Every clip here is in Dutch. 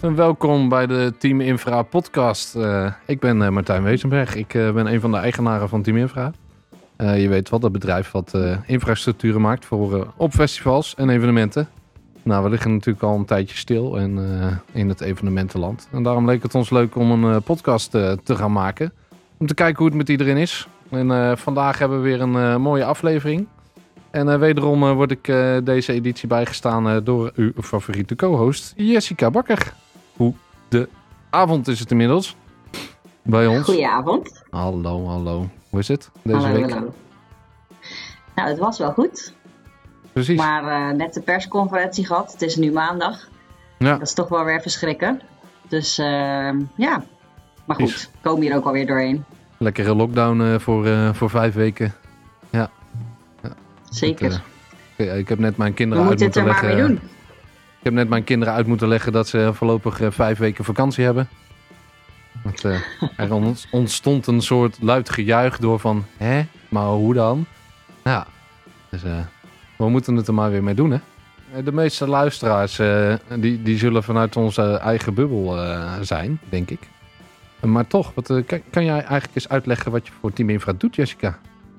en welkom bij de Team Infra podcast. Ik ben Martijn Wezenberg. Ik ben een van de eigenaren van Team Infra. Je weet wat, dat bedrijf wat infrastructuren maakt voor op festivals en evenementen. Nou, we liggen natuurlijk al een tijdje stil in het evenementenland. En daarom leek het ons leuk om een podcast te gaan maken. Om te kijken hoe het met iedereen is. En vandaag hebben we weer een mooie aflevering. En wederom word ik deze editie bijgestaan door uw favoriete co-host Jessica Bakker. Hoe de avond is het inmiddels bij ons. Goedenavond. Hallo. Hoe is het deze week? Hallo. Nou, het was wel goed. Precies. Maar net de persconferentie gehad. Het is nu maandag. Ja. Dat is toch wel weer verschrikken. Dus ja. Maar goed, we komen hier ook alweer doorheen. Lekkere lockdown voor 5 weken. Ja. Zeker. Ik heb net mijn kinderen we uit moeten leggen. Maar mee doen. Ik heb net mijn kinderen uit moeten leggen dat ze voorlopig 5 weken vakantie hebben. Want, er ontstond een soort luid gejuich door van, maar hoe dan? Ja, dus we moeten het er maar weer mee doen, hè. De meeste luisteraars die zullen vanuit onze eigen bubbel zijn, denk ik. Maar toch, kan jij eigenlijk eens uitleggen wat je voor Team Infra doet, Jessica?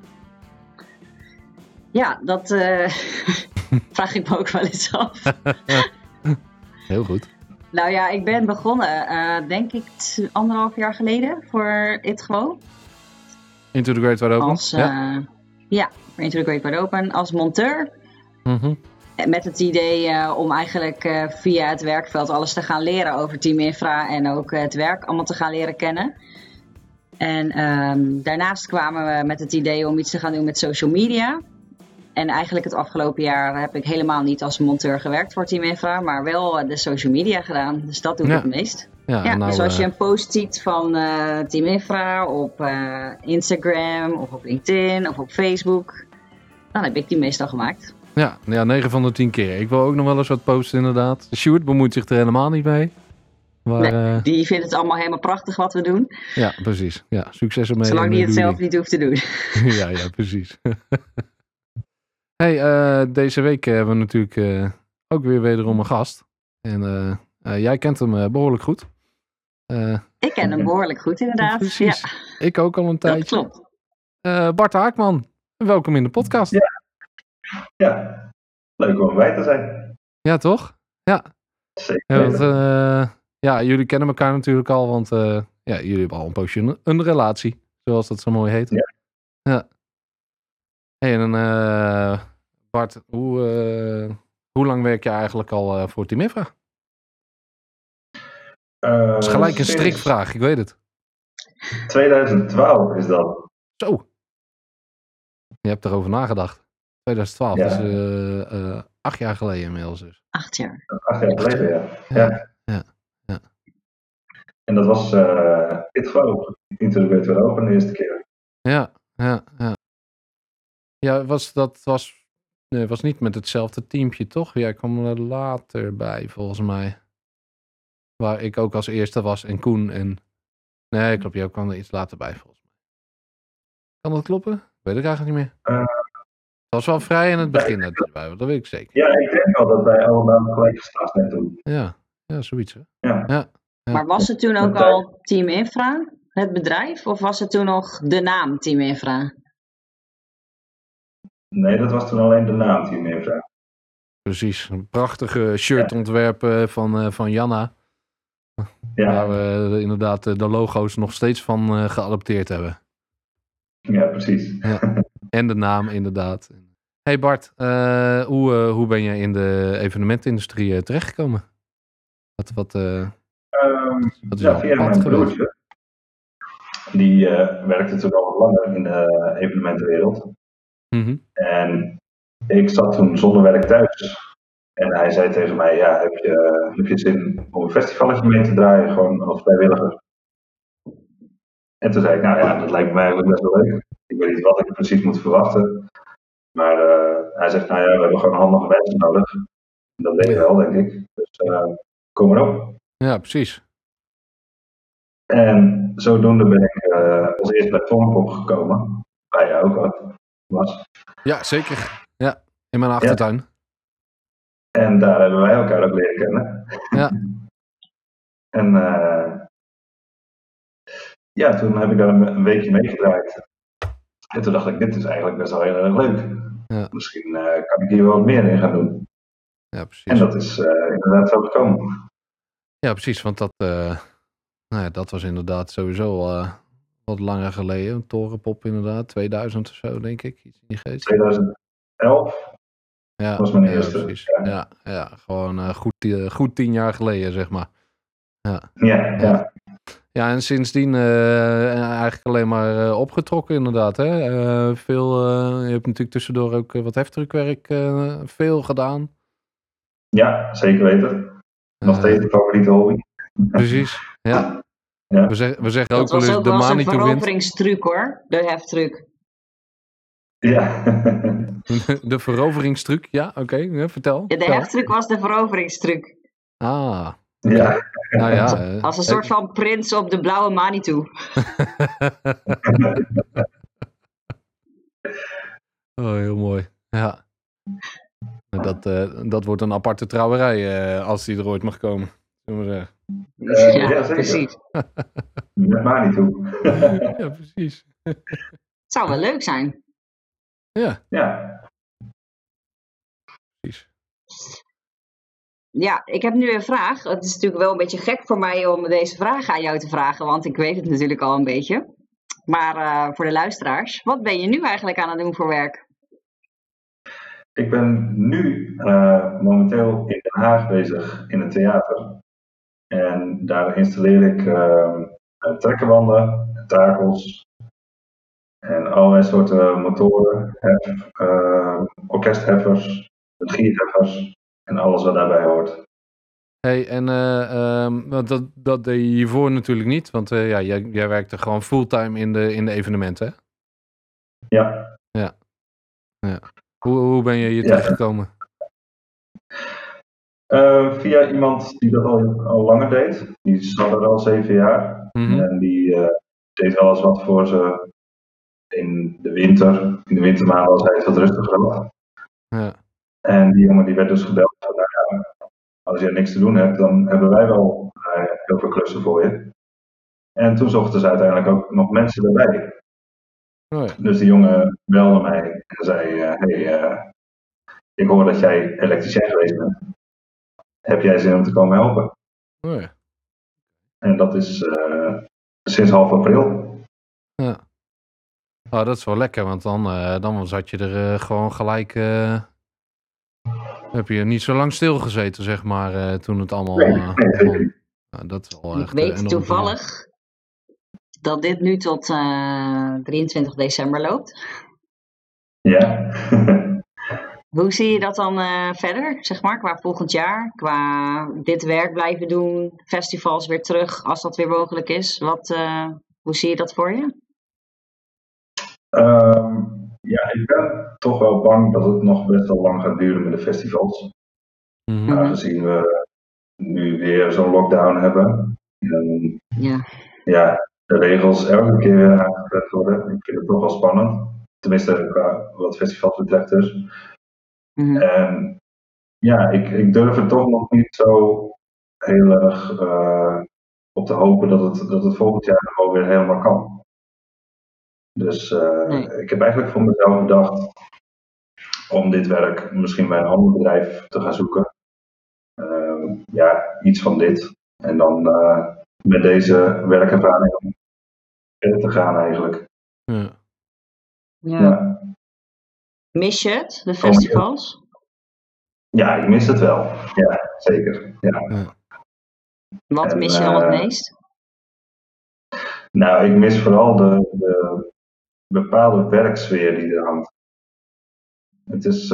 Ja, dat vraag ik me ook wel eens af. Heel goed. Nou ja, ik ben begonnen, denk ik, 1,5 jaar geleden voor ITGO. Into the Great Wide Open? Ja, Into the Great Wide Open als monteur. Mm-hmm. Met het idee om eigenlijk via het werkveld alles te gaan leren over Team Infra en ook het werk allemaal te gaan leren kennen. En daarnaast kwamen we met het idee om iets te gaan doen met social media. En eigenlijk het afgelopen jaar heb ik helemaal niet als monteur gewerkt voor Team Infra, maar wel de social media gedaan. Dus dat doe ik het meest. Ja, nou, dus als je een post ziet van Team Infra op Instagram of op LinkedIn of op Facebook, dan heb ik die meestal gemaakt. Ja, 9 van de 10 keer. Ik wil ook nog wel eens wat posten inderdaad. Sjoerd bemoeit zich er helemaal niet mee. Maar, nee, die vindt het allemaal helemaal prachtig wat we doen. Ja, precies. Ja, succes ermee. Zolang die het zelf niet hoeft te doen. Ja, precies. Hey, deze week hebben we natuurlijk ook weer wederom een gast. En jij kent hem behoorlijk goed. Ik ken hem behoorlijk goed, inderdaad. Precies. Ja. Ik ook al een tijdje. Dat klopt. Bart Haakman, welkom in de podcast. Ja, leuk om erbij te zijn. Ja, toch? Ja. Zeker. Ja, jullie kennen elkaar natuurlijk al, want jullie hebben al een poosje een relatie, zoals dat zo mooi heet. Ja. Hey, en Bart, hoe lang werk je eigenlijk al voor Team Infra? Dat is gelijk een strikvraag, ik weet het. 2012 is dat. Zo. Je hebt erover nagedacht. 2012, ja. Dus 8 jaar geleden inmiddels dus. 8 jaar. 8 jaar geleden, ja. En dat was ITGO, Into the Great Wide Open, de eerste keer. Ja. Ja, was niet met hetzelfde teampje, toch? Jij kwam er later bij, volgens mij. Waar ik ook als eerste was en Koen en... Nee, klopt, jij kwam er iets later bij, volgens mij. Kan dat kloppen? Weet ik eigenlijk niet meer. Het was wel vrij in het begin erbij, dat weet ik zeker. Ja, ik denk wel dat wij allemaal gelijk gestart zijn toen. Ja, zoiets hè. Ja. Maar was het toen ook al Team Infra, het bedrijf? Of was het toen nog de naam Team Infra? Nee, dat was toen alleen de naam Team Infra. Precies, een prachtige shirtontwerp van Janna. Ja. Waar we inderdaad de logo's nog steeds van geadopteerd hebben. Ja, precies. Ja. En de naam inderdaad. Hey Bart, hoe ben je in de evenementindustrie terechtgekomen? Wat is via mijn broertje. Die werkte toen al langer in de evenementenwereld. Mm-hmm. En ik zat toen zonder werk thuis. En hij zei tegen mij, heb je zin om een festivalletje mee te draaien, gewoon als vrijwilliger? En toen zei ik, dat lijkt me eigenlijk best wel leuk. Ik weet niet wat ik precies moet verwachten. Maar hij zegt, we hebben gewoon handige mensen nodig. Dat weet ik wel, denk ik. Dus kom maar op. Ja, precies. En zodoende ben ik als eerste bij Vonk gekomen. Waar jij ook wat was. Ja, zeker. Ja, in mijn achtertuin. En daar hebben wij elkaar ook leren kennen. Ja. En toen heb ik daar een weekje meegedraaid. En toen dacht ik, dit is eigenlijk best wel heel erg leuk. Ja. Misschien kan ik hier wel wat meer in gaan doen. Ja, precies. En dat is inderdaad zo gekomen. Ja, precies, want dat was inderdaad sowieso wat langer geleden. Torenpop inderdaad, 2000 of zo, denk ik. Iets in die geest. 2011 was mijn eerste. Precies. Ja, gewoon goed 10 jaar geleden, zeg maar. Ja. Ja, en sindsdien eigenlijk alleen maar opgetrokken inderdaad. Hè? Je hebt natuurlijk tussendoor ook wat heftruckwerk veel gedaan. Ja, zeker weten. Nog steeds de favoriete hobby. Precies, ja. We zeggen ook dat wel eens de Manitou wint. Dat was ook wel een veroveringstruc hoor, de heftruck. Ja. De veroveringstruc, ja, oké, vertel. De heftruck was de veroveringstruc. Ah. Ja. Nou ja. Als een soort van prins op de blauwe Manitou. Oh, heel mooi. Ja. Dat wordt een aparte trouwerij als die er ooit mag komen. Zullen we zeggen. Ja, zeker. Precies. Met Manitou. Ja, precies. Het zou wel leuk zijn. Ja. Precies. Ja, ik heb nu een vraag. Het is natuurlijk wel een beetje gek voor mij om deze vraag aan jou te vragen, want ik weet het natuurlijk al een beetje. Maar voor de luisteraars, wat ben je nu eigenlijk aan het doen voor werk? Ik ben nu momenteel in Den Haag bezig in het theater. En daar installeer ik trekkerwanden, takels en allerlei soorten motoren, orkestheffers, regierheffers en alles wat daarbij hoort. Hey, en dat deed je hiervoor natuurlijk niet, want jij werkte gewoon fulltime in de evenementen, hè? Ja. Hoe ben je hier terechtgekomen? Via iemand die dat al langer deed. Die zat er al 7 jaar. Mhm. En die deed wel eens wat voor ze in de winter. In de wintermaanden als hij het wat rustiger had. Ja. En die jongen die werd dus gebeld. Van, nou ja, als je niks te doen hebt, dan hebben wij wel heel veel klussen voor je. En toen zochten ze uiteindelijk ook nog mensen erbij. Oh ja. Dus die jongen belde mij en zei, ik hoor dat jij elektricien geweest bent. Heb jij zin om te komen helpen? Oh ja. En dat is sinds half april. Ja. Oh, dat is wel lekker, want dan zat je er gewoon gelijk... heb je niet zo lang stilgezeten, zeg maar, toen het allemaal... Nee. Dat is wel Ik echt, weet toevallig dat dit nu tot 23 december loopt. Ja. Hoe zie je dat dan verder, zeg maar, qua volgend jaar? Qua dit werk blijven doen, festivals weer terug, als dat weer mogelijk is. Hoe zie je dat voor je? Ik ben toch wel bang dat het nog best wel lang gaat duren met de festivals. Mm-hmm. Aangezien we nu weer zo'n lockdown hebben. En, de regels elke keer weer aangepakt worden. Ik vind het toch wel spannend. Tenminste, qua wat festivals betreft dus. Mm-hmm. En ik durf er toch nog niet zo heel erg op te hopen dat het volgend jaar nog wel weer helemaal kan. Dus ik heb eigenlijk voor mezelf bedacht om dit werk misschien bij een ander bedrijf te gaan zoeken. Iets van dit. En dan met deze werkervaring verder te gaan eigenlijk. Ja. Mis je het, de festivals? Ja, ik mis het wel. Ja, zeker. Ja. Wat mis je dan het meest? Nou, ik mis vooral de bepaalde werksfeer die er hangt. Het is...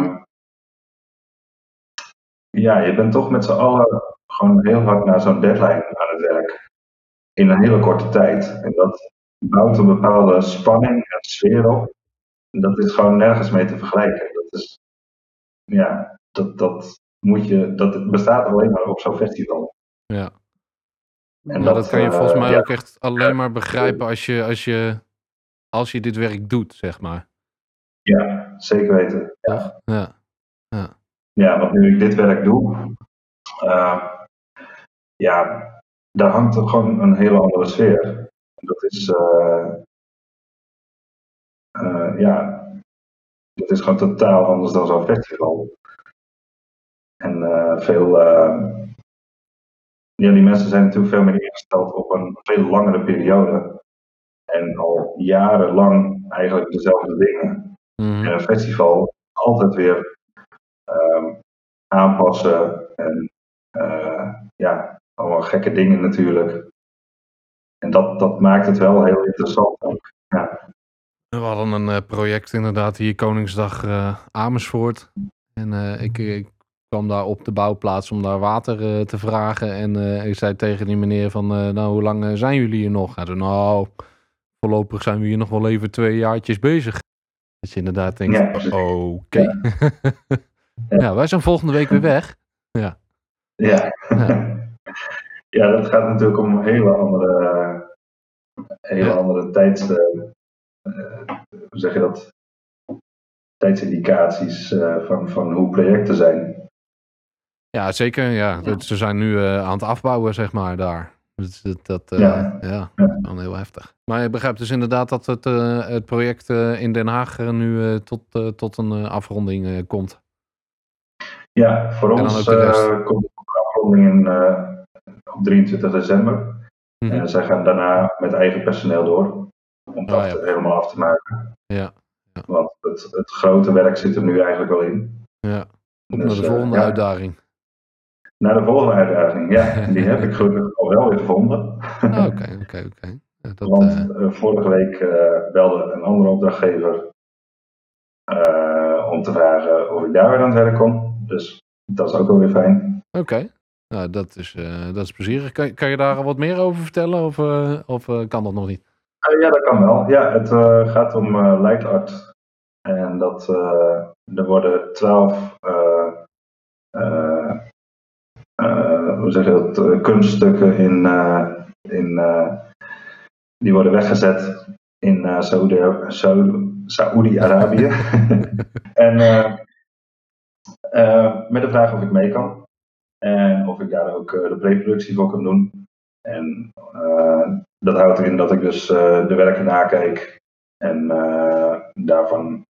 je bent toch met z'n allen gewoon heel hard naar zo'n deadline aan het werk. In een hele korte tijd. En dat bouwt een bepaalde spanning en sfeer op. En dat is gewoon nergens mee te vergelijken. Dat is... Ja, dat bestaat alleen maar op zo'n festival. Ja. En dat kan je volgens mij ook echt alleen maar begrijpen als je dit werk doet, zeg maar. Ja, zeker weten. Ja, want nu ik dit werk doe, daar hangt toch gewoon een hele andere sfeer. Dat is, ja, dit is gewoon totaal anders dan zo'n festival. En ja, die mensen zijn natuurlijk veel meer ingesteld op een veel langere periode. En al jarenlang eigenlijk dezelfde dingen. En een festival altijd weer aanpassen. En ja, allemaal gekke dingen natuurlijk. En dat maakt het wel heel interessant ook. Ja. We hadden een project inderdaad hier Koningsdag Amersfoort. En ik kwam daar op de bouwplaats om daar water te vragen. En ik zei tegen die meneer van, nou, hoe lang zijn jullie hier nog? Hij zei, nou, voorlopig zijn we hier nog wel even 2 jaartjes bezig. Dat je inderdaad denkt, Ja, oké. Ja. Ja, wij zijn volgende week weer weg. Ja. Ja. Ja, dat gaat natuurlijk om hele andere hoe zeg je dat? Tijdsindicaties van hoe projecten zijn. Ja, zeker. Ja. Ja. Ze zijn nu aan het afbouwen, zeg maar, daar. Dus dat Ja. ja, dat is wel heel heftig. Maar je begrijpt dus inderdaad dat het project in Den Haag nu tot een afronding komt. Ja, voor En dan ons ook de rest. komt de afronding op 23 december. Mhm. En zij gaan daarna met eigen personeel door. Om dat ja. helemaal af te maken. Ja. Want het grote werk zit er nu eigenlijk al in. Ja. Op Dus, naar de volgende uitdaging. Naar de volgende uitdaging, ja. Die heb ik gelukkig al wel weer gevonden. Oké. Want vorige week belde een andere opdrachtgever om te vragen of ik daar weer aan het werk kon. Dus dat is ook wel weer fijn. Oké. Nou, dat is plezierig. Kan je daar al wat meer over vertellen of kan dat nog niet? Ja, dat kan wel. Ja, het gaat om light art. En er worden 12 hoe zeg je dat, kunststukken die worden weggezet in Saoedi-Arabië. En met de vraag of ik mee kan. En of ik daar ook de preproductie voor kan doen. En dat houdt erin dat ik dus de werken nakijk. En daarvan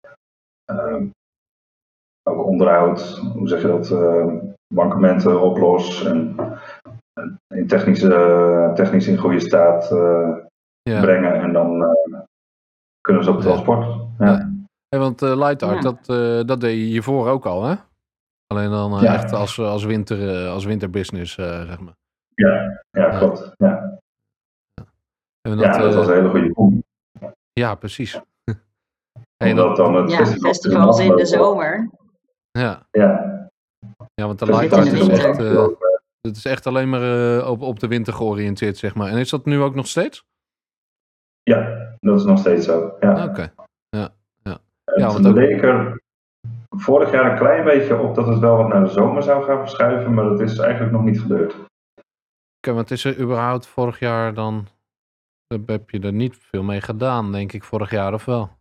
ook onderhoud, hoe zeg je dat, mankementen oplos. En in technisch in goede staat brengen. En dan kunnen ze op transport. Ja. Hey, want light art, dat deed je hiervoor ook al, hè? Alleen dan echt als winterbusiness, zeg maar. Ja, klopt. Ja. En dat was een hele goede combi. Ja, precies. Omdat dan het festivals in de zomer. Ja, want de Dat light zit art in de is winter. het is echt alleen maar op de winter georiënteerd, zeg maar. En is dat nu ook nog steeds? Ja, dat is nog steeds zo. Ja. Oké. Het leek er vorig jaar een klein beetje op dat het wel wat naar de zomer zou gaan verschuiven, maar dat is eigenlijk nog niet gebeurd. Oké, want is er überhaupt vorig jaar dan... Heb je er niet veel mee gedaan, denk ik, vorig jaar, of wel?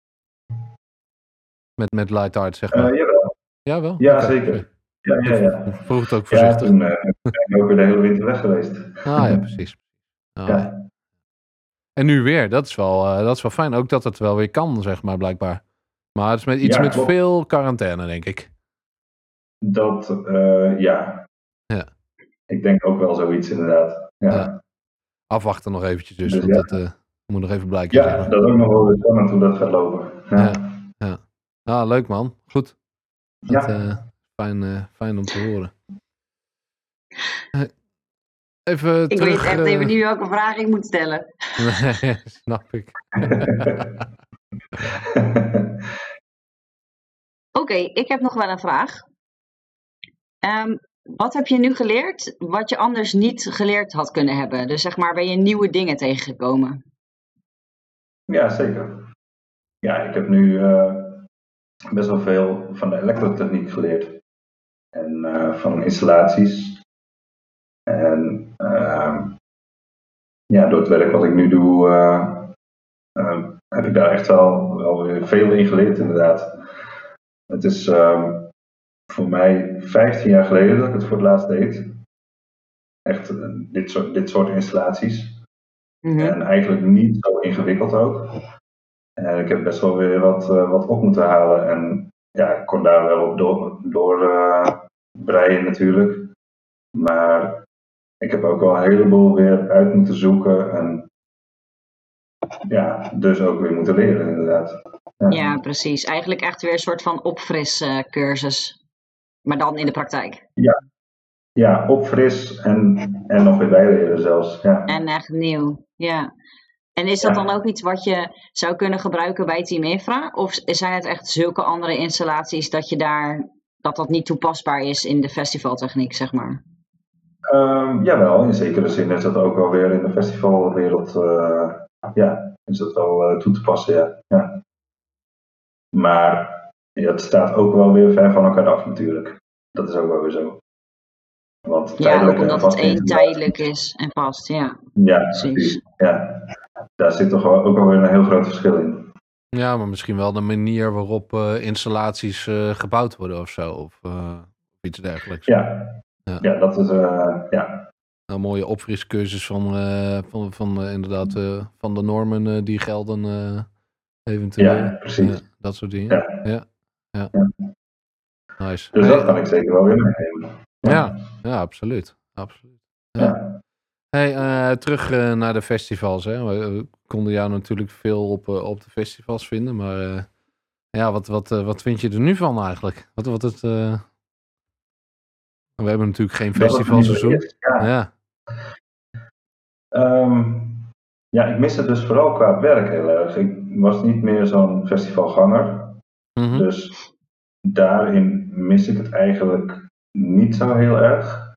Met light art, zeg maar. Jawel. Jawel? Ja, Okay. zeker. Ja. Vroeg het ook voorzichtig. Ja, toen ben ik ook weer de hele winter weg geweest. Ja, precies. Ja. En nu weer, dat is wel fijn. Ook dat het wel weer kan, zeg maar, blijkbaar. Maar het is iets met veel quarantaine, denk ik. Ja. Ik denk ook wel zoiets, inderdaad. Ja. Afwachten nog eventjes dus, Dus want dat moet nog even blijken. Ja, zeg maar. Dat is ook nog wel weer spannend hoe dat gaat lopen. Ja. Ah, leuk man. Goed. Fijn om te horen. Even ik terug, weet echt even niet welke vraag ik moet stellen. Nee, snap ik. Oké, ik heb nog wel een vraag. Wat heb je nu geleerd wat je anders niet geleerd had kunnen hebben? Dus zeg maar, ben je nieuwe dingen tegengekomen? Ja, zeker. Ja, ik heb nu best wel veel van de elektrotechniek geleerd. En van installaties. En door het werk wat ik nu doe, heb ik daar echt wel weer veel in geleerd, inderdaad. Het is voor mij 15 jaar geleden dat ik het voor het laatst deed. echt dit soort installaties. Mhm. En eigenlijk niet zo ingewikkeld ook. En ik heb best wel weer wat op moeten halen. En ja, ik kon daar wel op door breien natuurlijk. Maar ik heb ook wel een heleboel weer uit moeten zoeken. En ja, dus ook weer moeten leren inderdaad. Ja, precies. Eigenlijk echt weer een soort van opfriscursus. Maar dan in de praktijk. Ja, opfris en nog weer bijleren zelfs. Ja. En echt nieuw, ja. En is dat dan ook iets wat je zou kunnen gebruiken bij Team Infra? Of zijn het echt zulke andere installaties dat niet toepasbaar is in de festivaltechniek, zeg maar? Jawel, in zekere zin is dat ook wel weer in de festivalwereld is dat wel toe te passen, ja. Maar het staat ook wel weer ver van elkaar af natuurlijk. Dat is ook wel weer zo. Want ja, ook omdat het één tijdelijk is en vast, ja. Ja, precies. Ja. Daar zit toch ook alweer een heel groot verschil in. Ja, maar misschien wel de manier waarop installaties gebouwd worden of zo. Of iets dergelijks. Ja, dat is een mooie opfriscursus van inderdaad van de normen die gelden eventueel. Ja, precies. Dat soort dingen. Ja. Nice. Dus dat kan ik zeker wel weer meenemen. Ja, absoluut. Ja. Hey, terug naar de festivals. Hè. We konden jou natuurlijk veel op de festivals vinden. Maar wat vind je er nu van eigenlijk? We hebben natuurlijk geen festivalseizoen. Ja, ik mis het dus vooral qua werk heel erg. Ik was niet meer zo'n festivalganger. Mm-hmm. Dus daarin mis ik het eigenlijk niet zo heel erg.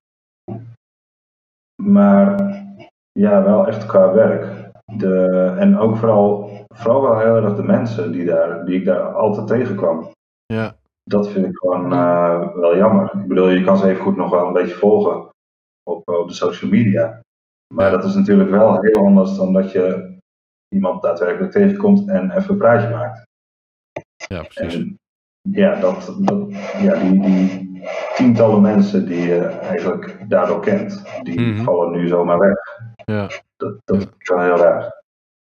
Maar ja, wel echt qua werk. En ook vooral wel heel erg de mensen die ik daar altijd tegenkwam. Ja. Dat vind ik gewoon wel jammer. Ik bedoel, je kan ze even goed nog wel een beetje volgen op de social media. Maar dat is natuurlijk wel heel anders dan dat je iemand daadwerkelijk tegenkomt en even een praatje maakt. Ja, precies. En die tientallen mensen die je eigenlijk daardoor kent, die vallen nu zomaar weg. Ja. Dat is wel heel raar.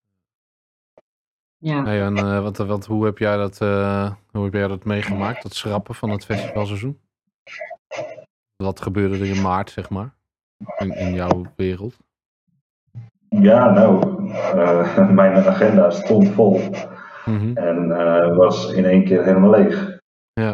Ja. Hey, en hoe heb jij dat meegemaakt, dat schrappen van het festivalseizoen? Wat gebeurde er in maart, zeg maar, in jouw wereld? Ja, nou, mijn agenda stond vol. Mm-hmm. En was in één keer helemaal leeg. Ja.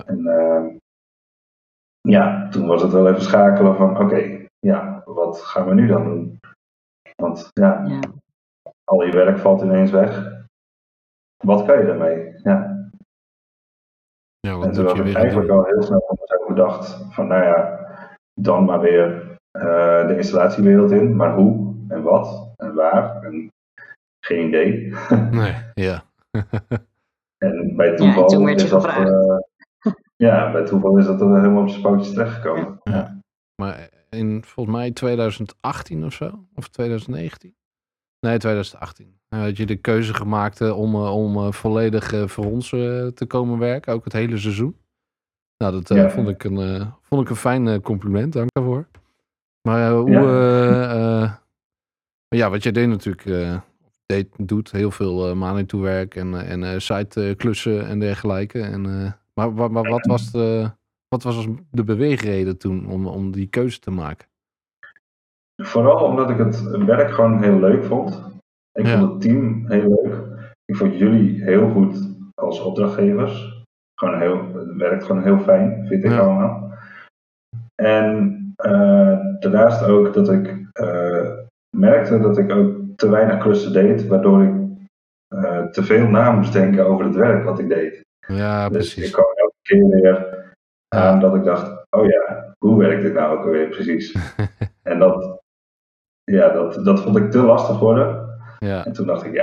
En toen was het wel even schakelen van oké, wat gaan we nu dan doen? Want al je werk valt ineens weg. Wat kan je daarmee? Ja. Wat en toen moet had je ik weer eigenlijk doen? al heel snel van mezelf bedacht van dan maar weer de installatiewereld in. Maar hoe en wat en waar? En geen idee. Nee, ja. En bij toeval toen werd je gevraagd. bij toeval is dat er helemaal op zijn pootjes terechtgekomen. Ja. Maar in volgens mij 2018 of zo? Of 2019? Nee, 2018. Had je de keuze gemaakt om volledig voor ons te komen werken. Ook het hele seizoen. Nou, dat vond ik een fijn compliment. Dank daarvoor. Maar wat jij deed natuurlijk... doet heel veel maanden toewerk en siteklussen en dergelijke. Maar wat was de beweegreden toen om die keuze te maken? Vooral omdat ik het werk gewoon heel leuk vond. Ik vond het team heel leuk. Ik vond jullie heel goed als opdrachtgevers. Het werkt gewoon heel fijn, vind ik allemaal. En daarnaast ook dat ik merkte dat ik ook te weinig klussen deed, waardoor ik te veel na moest denken over het werk wat ik deed. Ja, dus precies. ik kwam elke keer weer aan dat ik dacht, hoe werkt dit nou ook alweer precies? En dat vond ik te lastig worden. Ja. En toen dacht ik,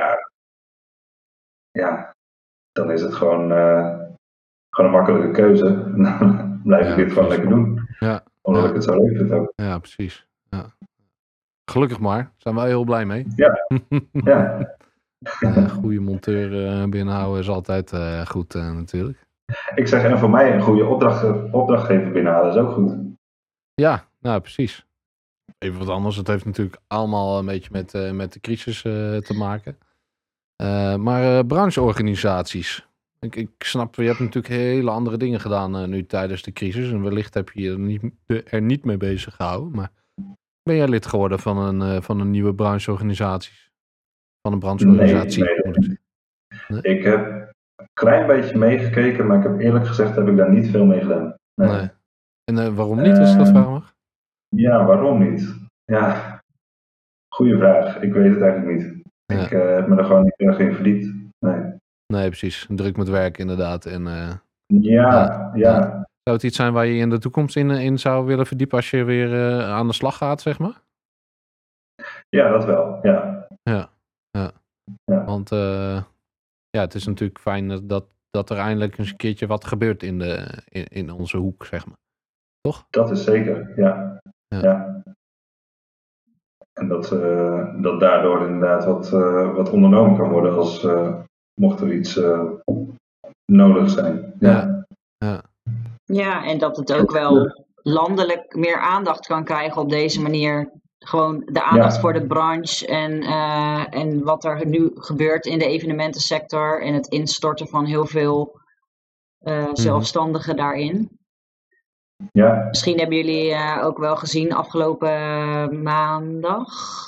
dan is het gewoon een makkelijke keuze. Dan blijf ik dit gewoon lekker doen. Ja. Omdat ik het zo leuk vind ook. Ja, precies. Ja. Gelukkig maar. Daar zijn wij heel blij mee. Ja. Goede monteur binnenhouden is altijd goed natuurlijk. Ik zeg, en voor mij een goede opdrachtgever binnenhalen is ook goed. Ja, nou precies. even wat anders. Het heeft natuurlijk allemaal een beetje met de crisis te maken. Maar brancheorganisaties. Ik snap, je hebt natuurlijk hele andere dingen gedaan nu tijdens de crisis. En wellicht heb je je er niet mee bezig gehouden. Maar ben jij lid geworden van een nieuwe brancheorganisatie? Van een brancheorganisatie? Nee. Ik heb een klein beetje meegekeken, maar ik heb eerlijk gezegd heb ik daar niet veel mee gedaan. Nee. En waarom niet, als ik dat vragen mag? Ja, waarom niet? Ja, goede vraag. Ik weet het eigenlijk niet. Ja. Ik heb me er gewoon niet erg in verdiept. Nee, precies. Druk met werk inderdaad. En, ja. Zou het iets zijn waar je in de toekomst in zou willen verdiepen als je weer aan de slag gaat, zeg maar? Ja, dat wel. Ja. Want het is natuurlijk fijn dat er eindelijk eens een keertje wat gebeurt in onze hoek, zeg maar. Toch? Dat is zeker, ja. En dat daardoor inderdaad wat ondernomen kan worden als mocht er iets nodig zijn. Ja, en dat het ook wel landelijk meer aandacht kan krijgen op deze manier. Gewoon de aandacht voor de branche en wat er nu gebeurt in de evenementensector en het instorten van heel veel zelfstandigen daarin. Ja. Misschien hebben jullie ook wel gezien afgelopen maandag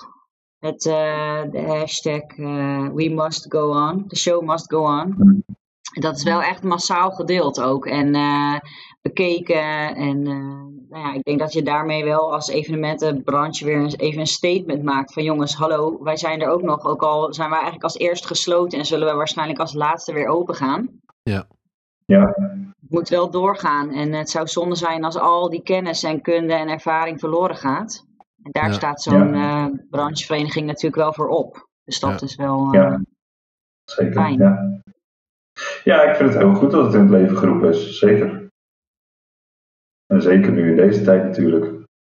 de hashtag We Must Go On, the show must go on. Dat is wel echt massaal gedeeld ook en bekeken. En ik denk dat je daarmee wel als evenementenbranche weer even een statement maakt van jongens, hallo, wij zijn er ook nog. Ook al zijn wij eigenlijk als eerst gesloten en zullen we waarschijnlijk als laatste weer open gaan. Ja. Het moet wel doorgaan en het zou zonde zijn als al die kennis en kunde en ervaring verloren gaat. En daar staat zo'n branchevereniging natuurlijk wel voor op. Dus dat is wel zeker, fijn. Ja, ik vind het heel goed dat het in het leven geroepen is. Zeker. En zeker nu in deze tijd natuurlijk.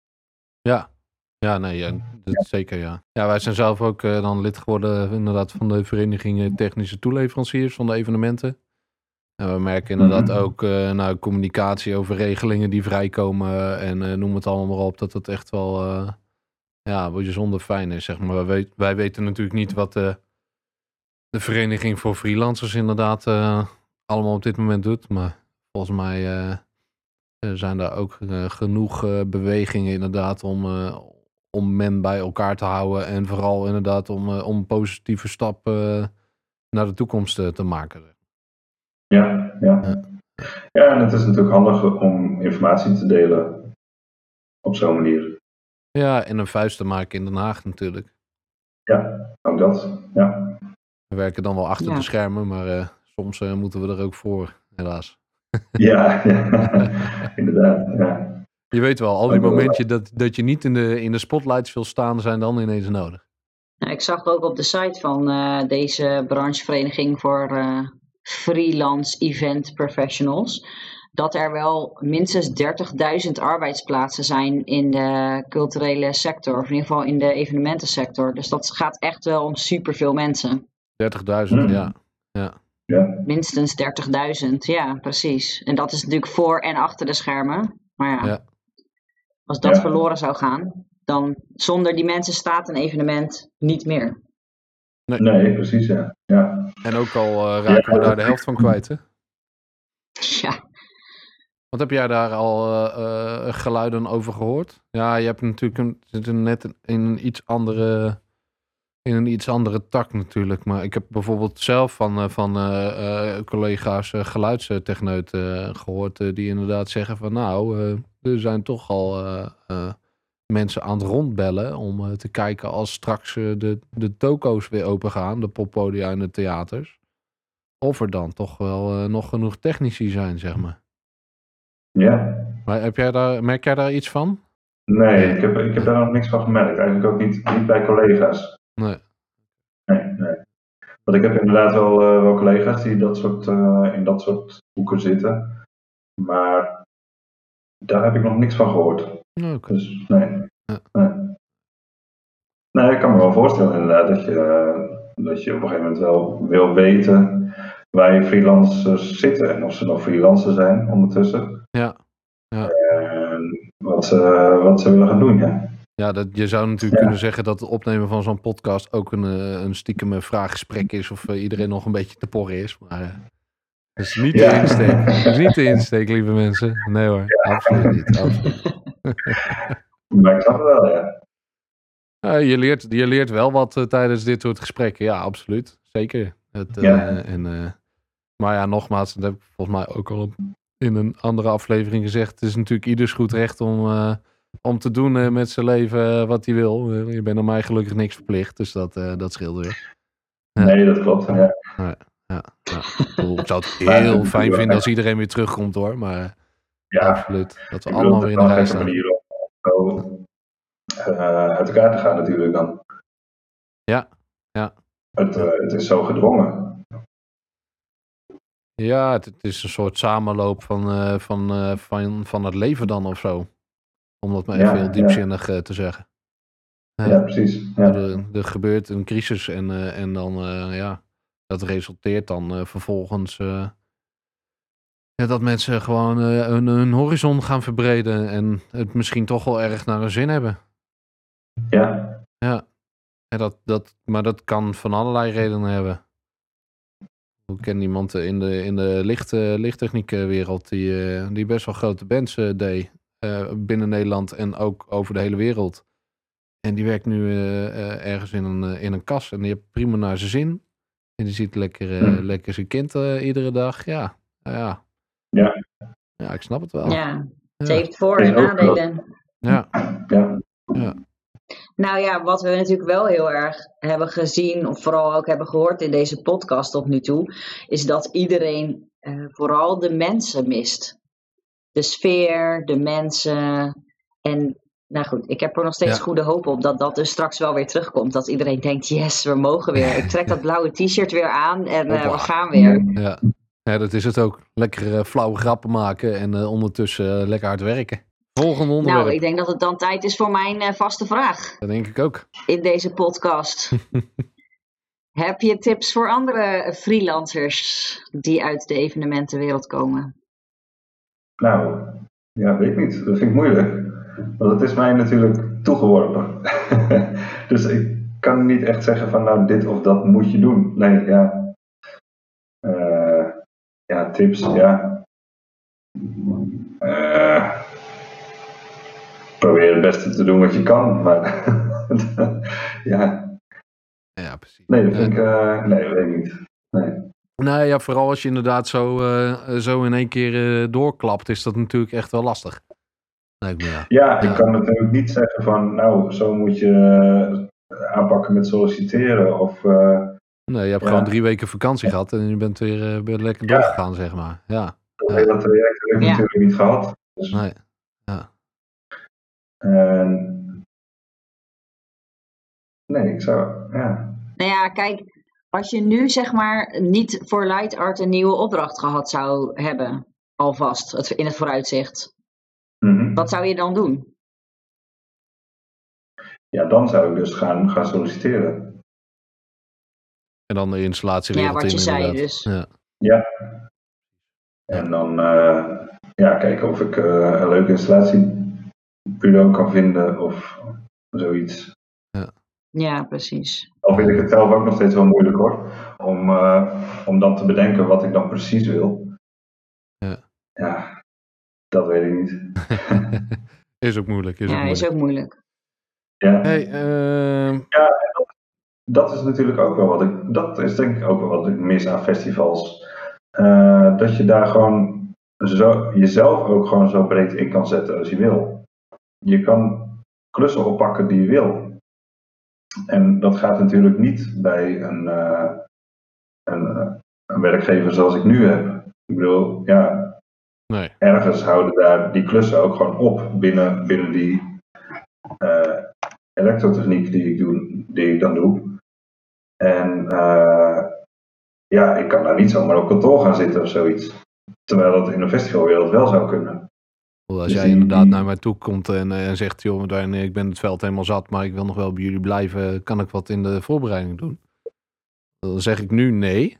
Zeker ja. Ja, wij zijn zelf ook dan lid geworden inderdaad van de vereniging Technische Toeleveranciers van de evenementen. En we merken inderdaad ook communicatie over regelingen die vrijkomen en noem het allemaal maar op, dat het echt wel bijzonder fijn is, zeg maar. Wij weten natuurlijk niet wat de vereniging voor freelancers inderdaad allemaal op dit moment doet, maar volgens mij zijn daar ook genoeg bewegingen inderdaad om men bij elkaar te houden en vooral inderdaad om een positieve stap naar de toekomst te maken. Ja, en het is natuurlijk handig om informatie te delen op zo'n manier. Ja, en een vuist te maken in Den Haag natuurlijk. Ja, ook dat, ja. We werken dan wel achter de schermen, maar soms moeten we er ook voor, helaas. Ja, inderdaad, ja. Je weet wel, al die momentjes dat je niet in de spotlights wil staan, zijn dan ineens nodig. Nou, ik zag ook op de site van deze branchevereniging voor freelance event professionals dat er wel minstens 30.000 arbeidsplaatsen zijn in de culturele sector, of in ieder geval in de evenementensector. Dus dat gaat echt wel om superveel mensen. 30.000, ja. Minstens 30.000, ja, precies. En dat is natuurlijk voor en achter de schermen. Maar als dat verloren zou gaan, dan zonder die mensen staat een evenement niet meer. Nee, precies, ja. En ook al raken we daar de helft van kwijt, hè? Ja. Wat heb jij daar al geluiden over gehoord? Ja, je hebt natuurlijk zit net in een iets andere tak natuurlijk. Maar ik heb bijvoorbeeld zelf van collega's geluidstechneuten gehoord die inderdaad zeggen van er zijn toch al mensen aan het rondbellen om te kijken als straks de toko's weer open gaan, de poppodia en de theaters. Of er dan toch wel nog genoeg technici zijn, zeg maar. Ja. Maar merk jij daar iets van? Nee, ik heb daar nog niks van gemerkt. Eigenlijk ook niet bij collega's. Nee. Want ik heb inderdaad wel collega's die in dat soort hoeken zitten. Maar daar heb ik nog niks van gehoord. Okay. Dus nee. Nee, ik kan me wel voorstellen inderdaad dat je op een gegeven moment wel wil weten waar je freelancers zitten en of ze nog freelancer zijn ondertussen. Ja. En wat ze willen gaan doen, ja. je zou natuurlijk kunnen zeggen dat het opnemen van zo'n podcast ook een stiekem vraaggesprek is of iedereen nog een beetje te porren is. Maar dat is niet de insteek. Dat is niet de insteek, lieve mensen. Nee hoor, absoluut niet. Absoluut. Maar ik snap het wel, ja. Je leert wel wat tijdens dit soort gesprekken. Ja, absoluut. Zeker. Maar ja, nogmaals, dat heb ik volgens mij ook al in een andere aflevering gezegd. Het is natuurlijk ieders goed recht om te doen met zijn leven wat hij wil. Je bent aan mij gelukkig niks verplicht, dus dat scheelt weer. Nee, dat klopt. Ja. Ik zou het heel fijn vinden als iedereen weer terugkomt hoor. Maar absoluut. Dat we allemaal weer in de rij staan. Manier om uit elkaar te gaan natuurlijk dan. Ja. Het is zo gedwongen. Ja, het is een soort samenloop van het leven dan of zo. Om dat maar even heel diepzinnig te zeggen. Ja, precies. Ja. Er gebeurt een crisis en dan, dat resulteert dan vervolgens dat mensen gewoon hun horizon gaan verbreden en het misschien toch wel erg naar hun zin hebben. Ja. En maar dat kan van allerlei redenen hebben. Ik ken iemand in de lichttechniekwereld die best wel grote bands deed binnen Nederland en ook over de hele wereld. En die werkt nu ergens in een kas en die heeft prima naar zijn zin. En die ziet lekker zijn kind iedere dag. Ja, ik snap het wel. Ja, het heeft voor- en nadelen. Ja. Nou ja, wat we natuurlijk wel heel erg hebben gezien, of vooral ook hebben gehoord in deze podcast tot nu toe, is dat iedereen vooral de mensen mist. De sfeer, de mensen. En nou goed, ik heb er nog steeds goede hoop op dat dus straks wel weer terugkomt. Dat iedereen denkt, yes, we mogen weer. Ik trek dat blauwe t-shirt weer aan en we gaan weer. Ja, dat is het ook. Lekker flauwe grappen maken en ondertussen lekker hard werken. Volgende onderwerp. Nou, ik denk dat het dan tijd is voor mijn vaste vraag. Dat denk ik ook. In deze podcast. Heb je tips voor andere freelancers die uit de evenementenwereld komen? Nou, ja, weet ik niet. Dat vind ik moeilijk. Want het is mij natuurlijk toegeworpen. Dus ik kan niet echt zeggen van nou dit of dat moet je doen. Nee, tips, probeer het beste te doen wat je kan, maar Ja, precies. Nee, dat vind ik, weet ik niet. Nee. Nou ja, vooral als je inderdaad zo in één keer doorklapt, is dat natuurlijk echt wel lastig. Lijkt me, ik kan natuurlijk niet zeggen van, nou, zo moet je aanpakken met solliciteren of... nee, je hebt gewoon 3 weken vakantie gehad en je bent weer lekker doorgegaan, zeg maar. Ja. Dat hele traject heb ik natuurlijk niet gehad. Dus... Nee, nee, ik zou, Nou ja, kijk, als je nu zeg maar niet voor Light Art een nieuwe opdracht gehad zou hebben, alvast, in het vooruitzicht. Wat zou je dan doen? Ja, dan zou ik dus gaan solliciteren. En dan de installatiewereld in. Ja, wat je zei dus. Ja. En dan kijken of ik een leuke installatiebureau kan vinden of zoiets. Ja, precies. Al vind ik het zelf ook nog steeds wel moeilijk hoor. Om dan te bedenken wat ik dan precies wil. Ja, dat weet ik niet. Is ook moeilijk. Is ook moeilijk. Ja. Hey, dat is natuurlijk ook wel dat is denk ik ook wel wat ik mis aan festivals. Dat je daar gewoon jezelf ook gewoon zo breed in kan zetten als je wil. Je kan klussen oppakken die je wil. En dat gaat natuurlijk niet bij een werkgever zoals ik nu heb. Ik bedoel, nee. Ergens houden daar die klussen ook gewoon op binnen die elektrotechniek die ik dan doe. En ik kan daar niet zomaar op kantoor gaan zitten of zoiets. Terwijl dat in de festivalwereld wel zou kunnen. Als jij inderdaad naar mij toe komt en zegt, joh, ik ben het veld helemaal zat, maar ik wil nog wel bij jullie blijven, kan ik wat in de voorbereiding doen? Dan zeg ik nu nee.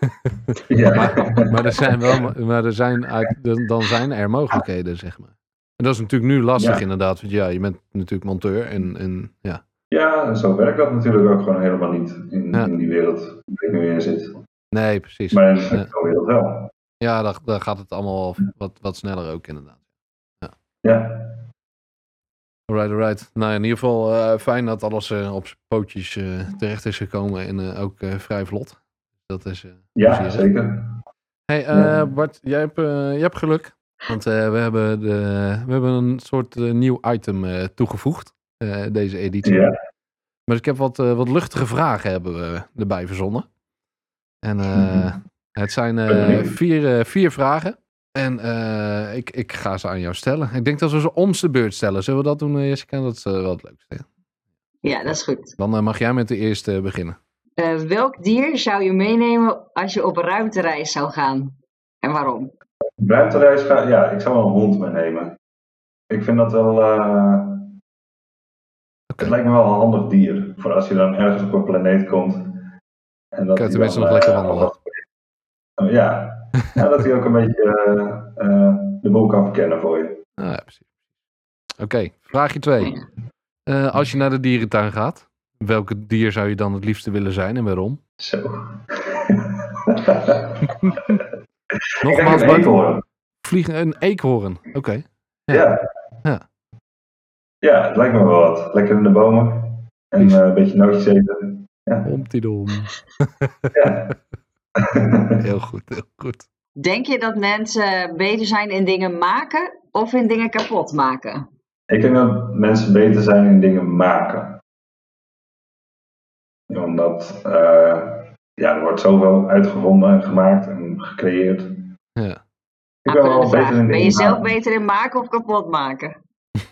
Ja. maar dan zijn er mogelijkheden, zeg maar. En dat is natuurlijk nu lastig Ja. inderdaad. Want je bent natuurlijk monteur en ja. Ja, en zo werkt dat natuurlijk ook gewoon helemaal niet Ja. in die wereld waar ik nu in zit. Nee, precies. Maar in de wereld wel. Ja, dan gaat het allemaal wat sneller ook inderdaad. Ja. Alright. Nou, in ieder geval fijn dat alles op zijn pootjes terecht is gekomen en ook vrij vlot. Dat is Ja, plezierig. zeker. Hey, Ja. Bart, jij hebt geluk. Want we hebben een soort nieuw item toegevoegd, deze editie. Ja. Maar ik heb wat luchtige vragen hebben we erbij verzonnen. En het zijn vier vragen. En ik ga ze aan jou stellen. Ik denk dat we ze om de beurt stellen. Zullen we dat doen, Jessica? Dat is wel het leukste. Ja, dat is goed. Dan mag jij met de eerste beginnen. Welk dier zou je meenemen als je op een ruimtereis zou gaan? En waarom? Ruimtereis gaan, ja, ik zou wel een hond meenemen. Ik vind dat wel. Het lijkt me wel een handig dier. Voor als je dan ergens op een planeet komt. En dat Kan je hij tenminste dan, nog lekker wandelen. Ja. Dat hij ook een beetje de boel kan verkennen voor je. Ja, precies. Oké, vraagje 2. Als je naar de dierentuin gaat, welke dier zou je dan het liefste willen zijn en waarom? Zo. Nogmaals, een eekhoorn. Vliegen een eekhoorn. Oké. Ja. Ja. Ja, het lijkt me wel wat. Lekker in de bomen. En een beetje nootjes eten. Ja. Omtidom. Ja. Heel goed. Denk je dat mensen beter zijn in dingen maken of in dingen kapot maken? Ik denk dat mensen beter zijn in dingen maken. Omdat er wordt zoveel uitgevonden en gemaakt en gecreëerd. Ja. Ik ben wel beter in dingen Ben je zelf maken. beter in maken of kapot maken?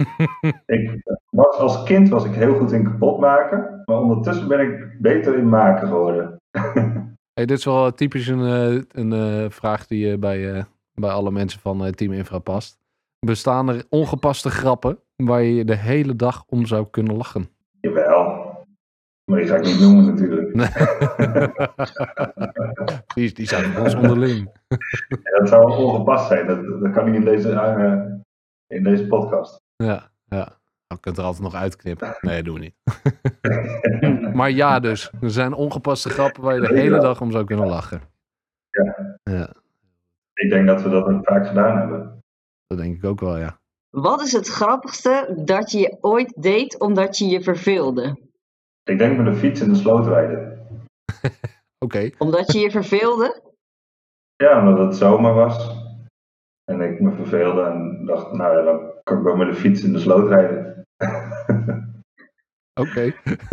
Als kind was ik heel goed in kapot maken. Maar ondertussen ben ik beter in maken geworden. Hey, dit is wel typisch een vraag die bij alle mensen van Team Infra past. Bestaan er ongepaste grappen waar je de hele dag om zou kunnen lachen? Jawel. Maar die zou ik niet noemen natuurlijk. Die zijn voor ons onderling. Ja, dat zou wel ongepast zijn. Dat kan niet in deze podcast. Ja. Je kunt er altijd nog uitknippen. Nee, dat doen we niet. Maar ja dus. Er zijn ongepaste grappen waar je de hele dag om zou kunnen lachen. Ja. Ik denk dat we dat ook vaak gedaan hebben. Dat denk ik ook wel, ja. Wat is het grappigste dat je ooit deed omdat je je verveelde? Ik denk met de fiets in de sloot rijden. Oké. Omdat je je verveelde? Ja, omdat het zomer was. En ik me verveelde en dacht, nou ja, dan kan ik wel met de fiets in de sloot rijden. Oké.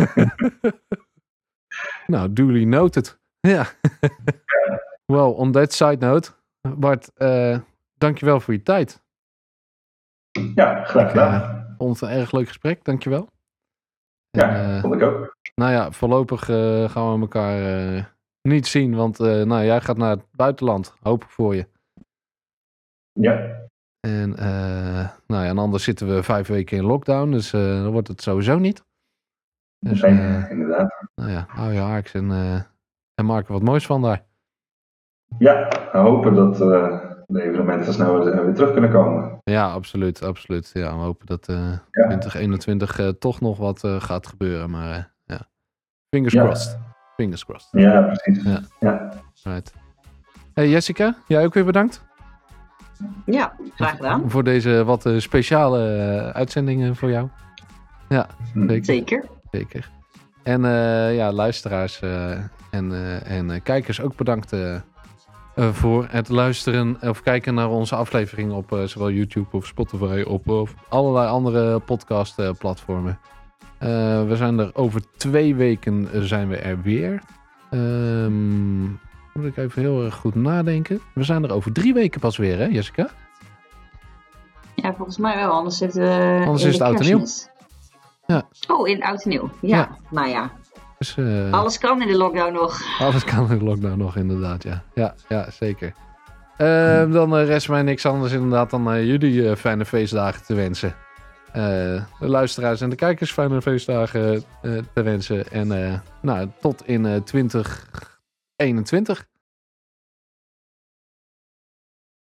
Nou, duly noted. Ja. Well, on that side note, Bart, dankjewel voor je tijd. Ja, graag gedaan. Vond het een erg leuk gesprek, dankjewel. Ja, vond ik ook. Nou ja, voorlopig gaan we elkaar niet zien, want jij gaat naar het buitenland, hoop ik voor je. Ja. En anders zitten we 5 weken in lockdown, dus dan wordt het sowieso niet. Dus, inderdaad. Nou ja, hou je haaks en maak er wat moois van daar. Ja, we hopen dat de evenementen snel weer terug kunnen komen. Ja, absoluut. Ja, we hopen dat 2021 toch nog wat gaat gebeuren, maar ja. Fingers crossed. Fingers crossed. Ja, precies. Ja. Right. Hey Jessica, jij ook weer bedankt. Ja, graag gedaan. Voor deze wat speciale uitzendingen voor jou. Ja, Zeker. En luisteraars en kijkers ook bedankt voor het luisteren of kijken naar onze aflevering op zowel YouTube of Spotify of allerlei andere podcastplatformen. We zijn er over 2 weken zijn we er weer. Moet ik even heel erg goed nadenken. We zijn er over 3 weken pas weer, hè Jessica? Ja, volgens mij wel. Anders zitten we Anders is het oud en nieuw. Ja. Oh, in oud en nieuw. Ja, nou ja. Dus, alles kan in de lockdown nog. Alles kan in de lockdown nog, inderdaad, ja. Ja, zeker. Dan rest mij niks anders inderdaad dan jullie fijne feestdagen te wensen. De luisteraars en de kijkers fijne feestdagen te wensen. En tot in 2021.